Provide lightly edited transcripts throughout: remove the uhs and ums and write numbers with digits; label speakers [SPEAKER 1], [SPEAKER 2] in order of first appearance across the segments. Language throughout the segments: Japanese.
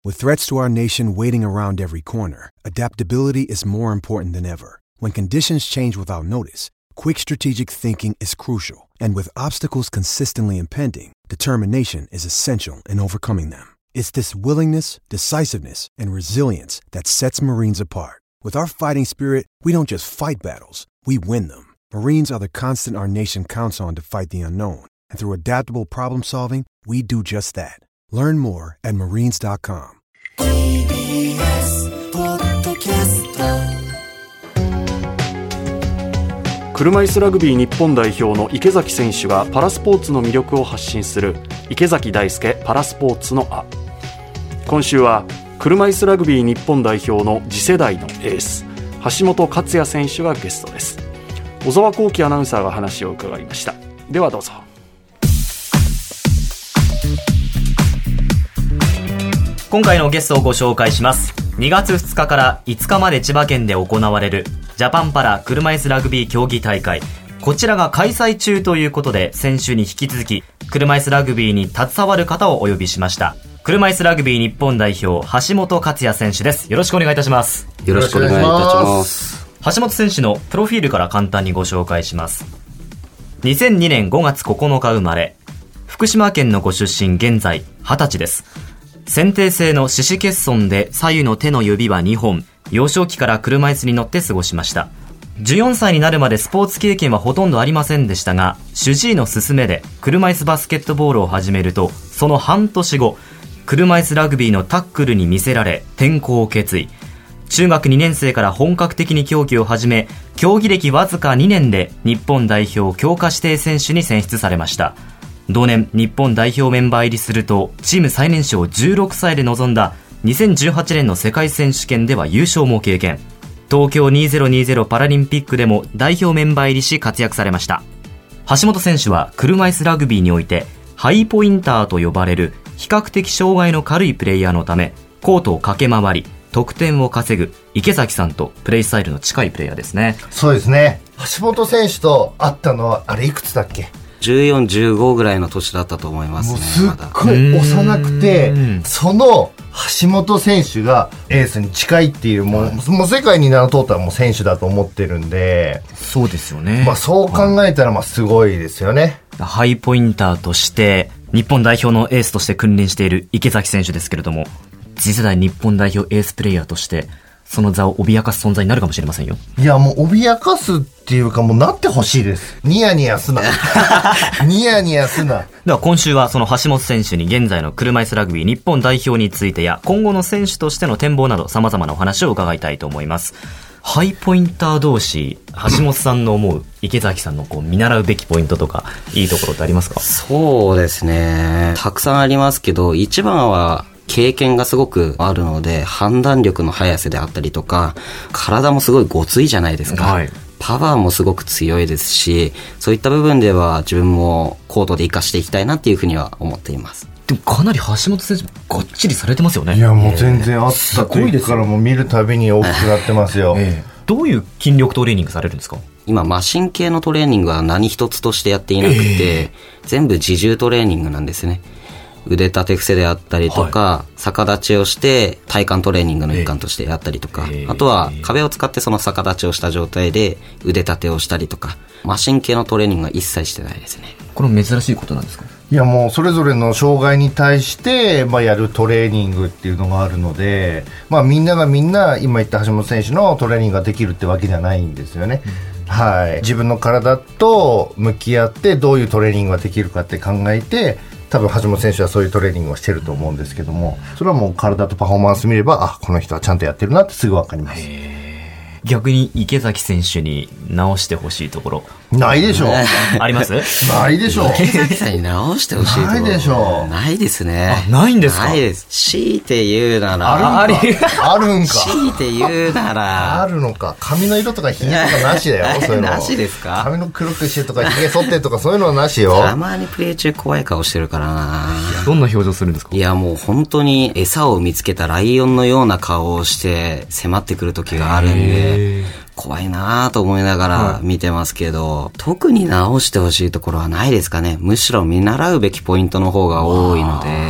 [SPEAKER 1] With threats to our nation waiting around every corner, adaptability is more important than ever. When conditions change without notice, quick strategic thinking is crucial. And with obstacles consistently impending, determination is essential in overcoming them. It's this willingness, decisiveness, and resilience that sets Marines apart. With our fighting spirit, we don't just fight battles, we win them. Marines are the constant our nation counts on to fight the unknown. And through adaptable problem solving, we do just that. Learn more at marines.com.
[SPEAKER 2] TBS ポッドキャスト。
[SPEAKER 3] 車椅子ラグビー日本代表の池崎選手がパラスポーツの魅力を発信する池崎大輔パラスポーツのあ。今週は車椅子ラグビー日本代表の次世代のエース橋本勝也選手がゲストです。小沢光輝アナウンサーが話を伺いました。ではどうぞ。
[SPEAKER 4] 今回のゲストをご紹介します。2月2日から5日まで千葉県で行われるジャパンパラ車椅子ラグビー競技大会、こちらが開催中ということで、先週に引き続き車椅子ラグビーに携わる方をお呼びしました。車椅子ラグビー日本代表橋本勝也選手です。よろしくお願いいたします。
[SPEAKER 5] よろしくお願いいたします。
[SPEAKER 4] 橋本選手のプロフィールから簡単にご紹介します。2002年5月9日生まれ、福島県のご出身、現在20歳です。先天性の四肢欠損で左右の手の指は2本、幼少期から車椅子に乗って過ごしました。14歳になるまでスポーツ経験はほとんどありませんでしたが、主治医の勧めで車椅子バスケットボールを始めると、その半年後、車椅子ラグビーのタックルに魅せられ転向を決意。中学2年生から本格的に競技を始め、競技歴わずか2年で日本代表強化指定選手に選出されました。同年日本代表メンバー入りすると、チーム最年少16歳で臨んだ2018年の世界選手権では優勝も経験。東京2020パラリンピックでも代表メンバー入りし活躍されました。橋本選手は車椅子ラグビーにおいてハイポインターと呼ばれる比較的障害の軽いプレイヤーのため、コートを駆け回り得点を稼ぐ池崎さんとプレイスタイルの近いプレイヤーですね。
[SPEAKER 6] そうですね。橋本選手と会ったのはあれいくつだっけ
[SPEAKER 5] 14、15ぐらいの年だったと思いますね。
[SPEAKER 6] もうすっごい幼くて、その橋本選手がエースに近いっていう、もう世界に名の通ったもう選手だと思ってるんで。
[SPEAKER 4] そうですよね。
[SPEAKER 6] そう考えたらすごいですよね。
[SPEAKER 4] ハイポインターとして日本代表のエースとして君臨している池崎選手ですけれども、次世代日本代表エースプレイヤーとしてその座を脅かす存在になるかもしれませんよ。
[SPEAKER 6] いや、もう脅かすっていうか、もうなってほしいです。ニヤニヤすなニヤニヤすな。
[SPEAKER 4] では今週はその橋本選手に現在の車椅子ラグビー日本代表についてや今後の選手としての展望など様々なお話を伺いたいと思います。ハイポインター同士、橋本さんの思う池崎さんの見習うべきポイントとかいいところってありますか？
[SPEAKER 5] そうですね、たくさんありますけど、一番は経験がすごくあるので、判断力の速さであったりとか、体もすごいごついじゃないですか、はい、パワーもすごく強いですし、そういった部分では自分もコートで活かしていきたいなっていうふうには思っています。
[SPEAKER 4] でもかなり橋本選手がっちりされてますよね。
[SPEAKER 6] いや、もう全然あった時からもう見るたびに大きくなってますよ、
[SPEAKER 4] どういう筋力トレーニングされるんですか？
[SPEAKER 5] 今マシン系のトレーニングは何一つとしてやっていなくて、全部自重トレーニングなんですね。腕立て伏せであったりとか、逆立ちをして体幹トレーニングの一環としてやったりとか、あとは壁を使ってその逆立ちをした状態で腕立てをしたりとか、マシン系のトレーニングは一切してないですね。
[SPEAKER 4] これ珍しいことなんですか？
[SPEAKER 6] いや、もうそれぞれの障害に対してやるトレーニングっていうのがあるので、みんながみんな今言った橋本選手のトレーニングができるってわけじゃないんですよね、はい。自分の体と向き合ってどういうトレーニングができるかって考えて、多分橋本選手はそういうトレーニングをしてると思うんですけども、それはもう体とパフォーマンス見れば、この人はちゃんとやってるなってすぐ分かります。
[SPEAKER 4] 逆に池崎選手に直してほしいところ
[SPEAKER 6] ないでしょう
[SPEAKER 4] あります？
[SPEAKER 6] ないでしょう。
[SPEAKER 5] 池崎さんに直してほしいところ
[SPEAKER 6] ないでしょう。
[SPEAKER 5] ないですね。
[SPEAKER 4] ないんですか？
[SPEAKER 5] ないです。強いて言うなら
[SPEAKER 6] あるんか
[SPEAKER 5] 強いて言うなら
[SPEAKER 6] あるのか。髪の色とかひげとかなしだよ。そういうの
[SPEAKER 5] なしですか？
[SPEAKER 6] 髪の黒くしてとかひげ剃ってとかそういうのはなしよ。
[SPEAKER 5] たまにプレー中怖い顔してるからな。
[SPEAKER 4] どんな表情するんですか？
[SPEAKER 5] いや、もう本当に餌を見つけたライオンのような顔をして迫ってくる時があるんで、怖いなと思いながら見てますけど、特に直してほしいところはないですかね。むしろ見習うべきポイントの方が多いので。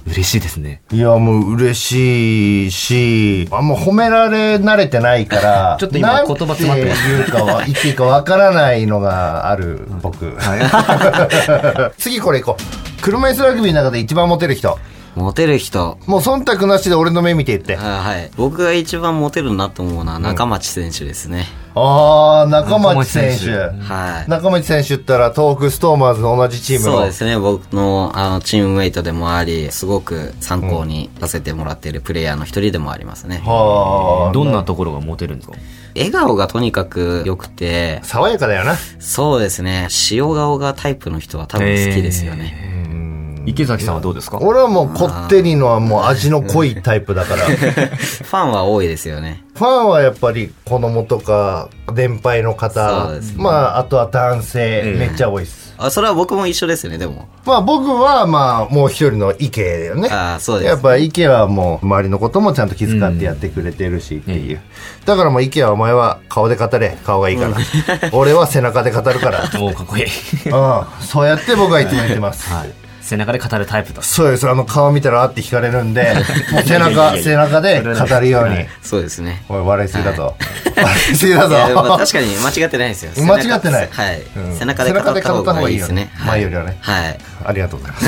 [SPEAKER 4] 嬉しいですね。
[SPEAKER 6] いや、もう嬉しいし、もう褒められ慣れてないから、
[SPEAKER 4] ちょっと今言葉詰まってます。
[SPEAKER 6] なんて言っていいかわからないのがある、僕。次これいこう。車椅子ラグビーの中で一番モテる人。
[SPEAKER 5] モテる人。
[SPEAKER 6] もう忖度なしで俺の目見て言って。
[SPEAKER 5] はい。僕が一番モテるなと思うのは中町選手ですね。
[SPEAKER 6] 中町選手。
[SPEAKER 5] はい。
[SPEAKER 6] 中町選手って言ったら東北ストーマーズの同じチームの。
[SPEAKER 5] そうですね。僕のチームメイトでもあり、すごく参考にさせてもらっているプレイヤーの一人でもありますね。
[SPEAKER 4] どんなところがモテるんですか？
[SPEAKER 5] 笑顔がとにかく良くて。
[SPEAKER 6] 爽やかだよな。
[SPEAKER 5] そうですね。塩顔がタイプの人は多分好きですよね。
[SPEAKER 4] 池崎さんはどうですか？
[SPEAKER 6] 俺はもうこってりのはもう味の濃いタイプだから。フ
[SPEAKER 5] ァンは多いですよね。
[SPEAKER 6] ファンはやっぱり子供とか年配の方、ね、まああとは男性、めっちゃ多いです。
[SPEAKER 5] それは僕も一緒ですね。でも
[SPEAKER 6] まあ僕はまあもう一人の池だよね。
[SPEAKER 5] そうです。
[SPEAKER 6] やっぱ池はもう周りのこともちゃんと気遣ってやってくれてるしっていう、だからもう池はお前は顔で語れ、顔がいいから、俺は背中で語るから。
[SPEAKER 4] もうかっこいい。
[SPEAKER 6] そうやって僕はいつも言ってます。
[SPEAKER 4] はい、背中で語るタイプだ。
[SPEAKER 6] そうです。顔見たらあって惹かれるんで、もう背中で語るように。
[SPEAKER 5] そうですね。
[SPEAKER 6] おい、笑いすぎだぞ。笑いすぎだぞ。
[SPEAKER 5] 確かに間違ってないですよ。
[SPEAKER 6] 間違ってない。
[SPEAKER 5] はい。背中で語った方がいいですね。
[SPEAKER 6] 前よりはね。
[SPEAKER 5] はい。
[SPEAKER 6] ありがとうございます。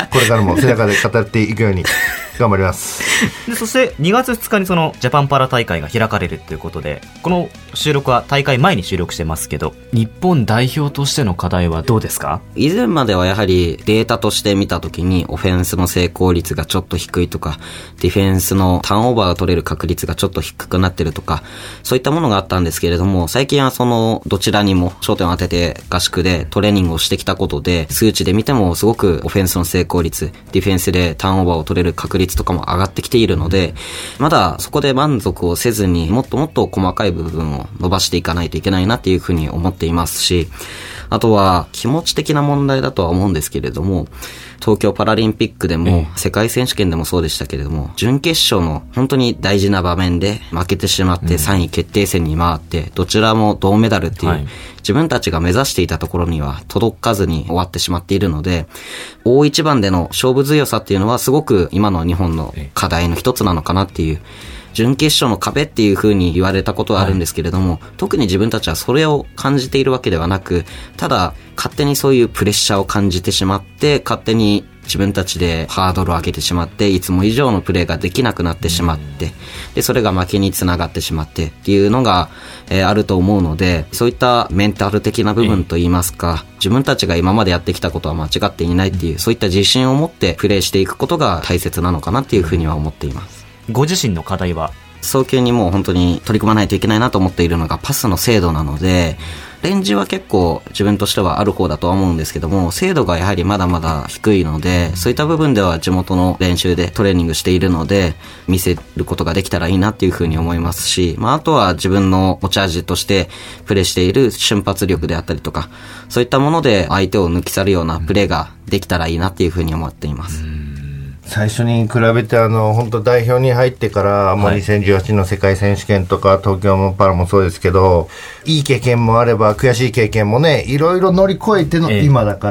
[SPEAKER 6] これからも背中で語っていくように頑張ります。
[SPEAKER 4] でそして2月2日にそのジャパンパラ大会が開かれるということで、この収録は大会前に収録してますけど、日本代表としての課題はどうですか？
[SPEAKER 5] 以前まではやはりデータとして見たときにオフェンスの成功率がちょっと低いとか、ディフェンスのターンオーバーが取れる確率がちょっと低くなってるとか、そういったものがあったんですけれども、最近はそのどちらにも焦点を当てて合宿でトレーニングをしてきたことで、数値で見てもすごくオフェンスの成功率、ディフェンスでターンオーバーを取れる確率とかも上がってきているので、まだそこで満足をせずにもっともっと細かい部分を伸ばしていかないといけないなっていうふうに思っていますし、あとは気持ち的な問題だとは思うんですけれども、東京パラリンピックでも世界選手権でもそうでしたけれども、準決勝の本当に大事な場面で負けてしまって3位決定戦に回って、どちらも銅メダルっていう自分たちが目指していたところには届かずに終わってしまっているので、大一番での勝負強さっていうのはすごく今の日本の課題の一つなのかなっていう、準決勝の壁っていう風に言われたことはあるんですけれども、特に自分たちはそれを感じているわけではなく、ただ勝手にそういうプレッシャーを感じてしまって、勝手に自分たちでハードルを上げてしまって、いつも以上のプレーができなくなってしまって、でそれが負けにつながってしまってっていうのが、あると思うので、そういったメンタル的な部分といいますか、自分たちが今までやってきたことは間違っていないっていう、そういった自信を持ってプレーしていくことが大切なのかなっていうふうには思っています。
[SPEAKER 4] ご自身の課題は？
[SPEAKER 5] 早急にもう本当に取り組まないといけないなと思っているのがパスの精度なので、レンジは結構自分としてはある方だとは思うんですけども、精度がやはりまだまだ低いので、そういった部分では地元の練習でトレーニングしているので、見せることができたらいいなっていうふうに思いますし、あとは自分の持ち味としてプレーしている瞬発力であったりとか、そういったもので相手を抜き去るようなプレーができたらいいなっていうふうに思っています。
[SPEAKER 6] 最初に比べて本当代表に入ってからもう2018の世界選手権とか東京のパラもそうですけど、いい経験もあれば悔しい経験もね、いろいろ乗り越えての今だから、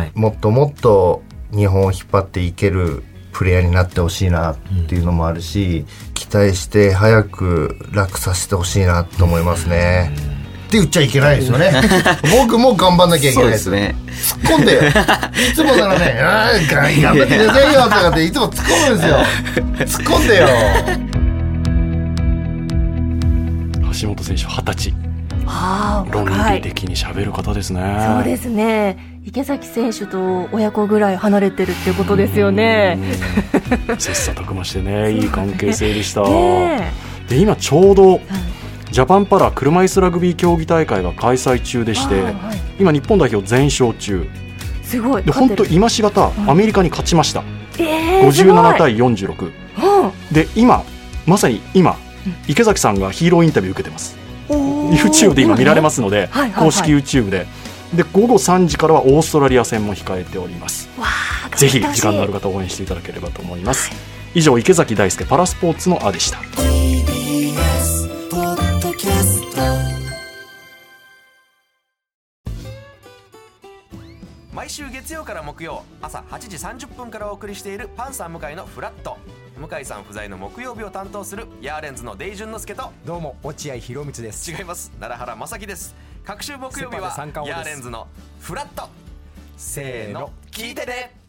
[SPEAKER 6] もっともっと日本を引っ張っていけるプレイヤーになってほしいなっていうのもあるし、期待して早く楽させてほしいなと思いますね。って言っちゃいけないですよね。僕も頑張んなきゃいけないです。
[SPEAKER 5] そうですね。
[SPEAKER 6] 突っ込んでよ。いつもならね、頑張ってくださいよとかっていつも突っ込むんですよ。突っ込んでよ。
[SPEAKER 3] 橋本選手20歳。論理的に喋る方ですね。
[SPEAKER 7] そうですね。池崎選手と親子ぐらい離れてるっていうことですよね。
[SPEAKER 3] 切磋琢磨してね、いい関係性でした。で今ちょうど、ジャパンパラ車椅子ラグビー競技大会が開催中でして、今日本代表全勝中。
[SPEAKER 7] すごい。
[SPEAKER 3] で本当今しがたアメリカに勝ちました。57対46。でまさに今池崎さんがヒーローインタビュー受けてます。YouTube で今見られますので、公式 YouTube で。で午後3時からはオーストラリア戦も控えております。ぜひ時間のある方応援していただければと思います。以上池崎大輔パラスポーツのあでした。
[SPEAKER 8] 毎週月月曜から木曜朝8時30分からお送りしているパンサー向井のフラット。向井さん不在の木曜日を担当するヤーレンズのデイジュンの之介と、
[SPEAKER 9] どうも落合博満です。
[SPEAKER 8] 違います、奈良原正樹です。各週木曜日はヤーレンズのフラット。せーの聞いてね。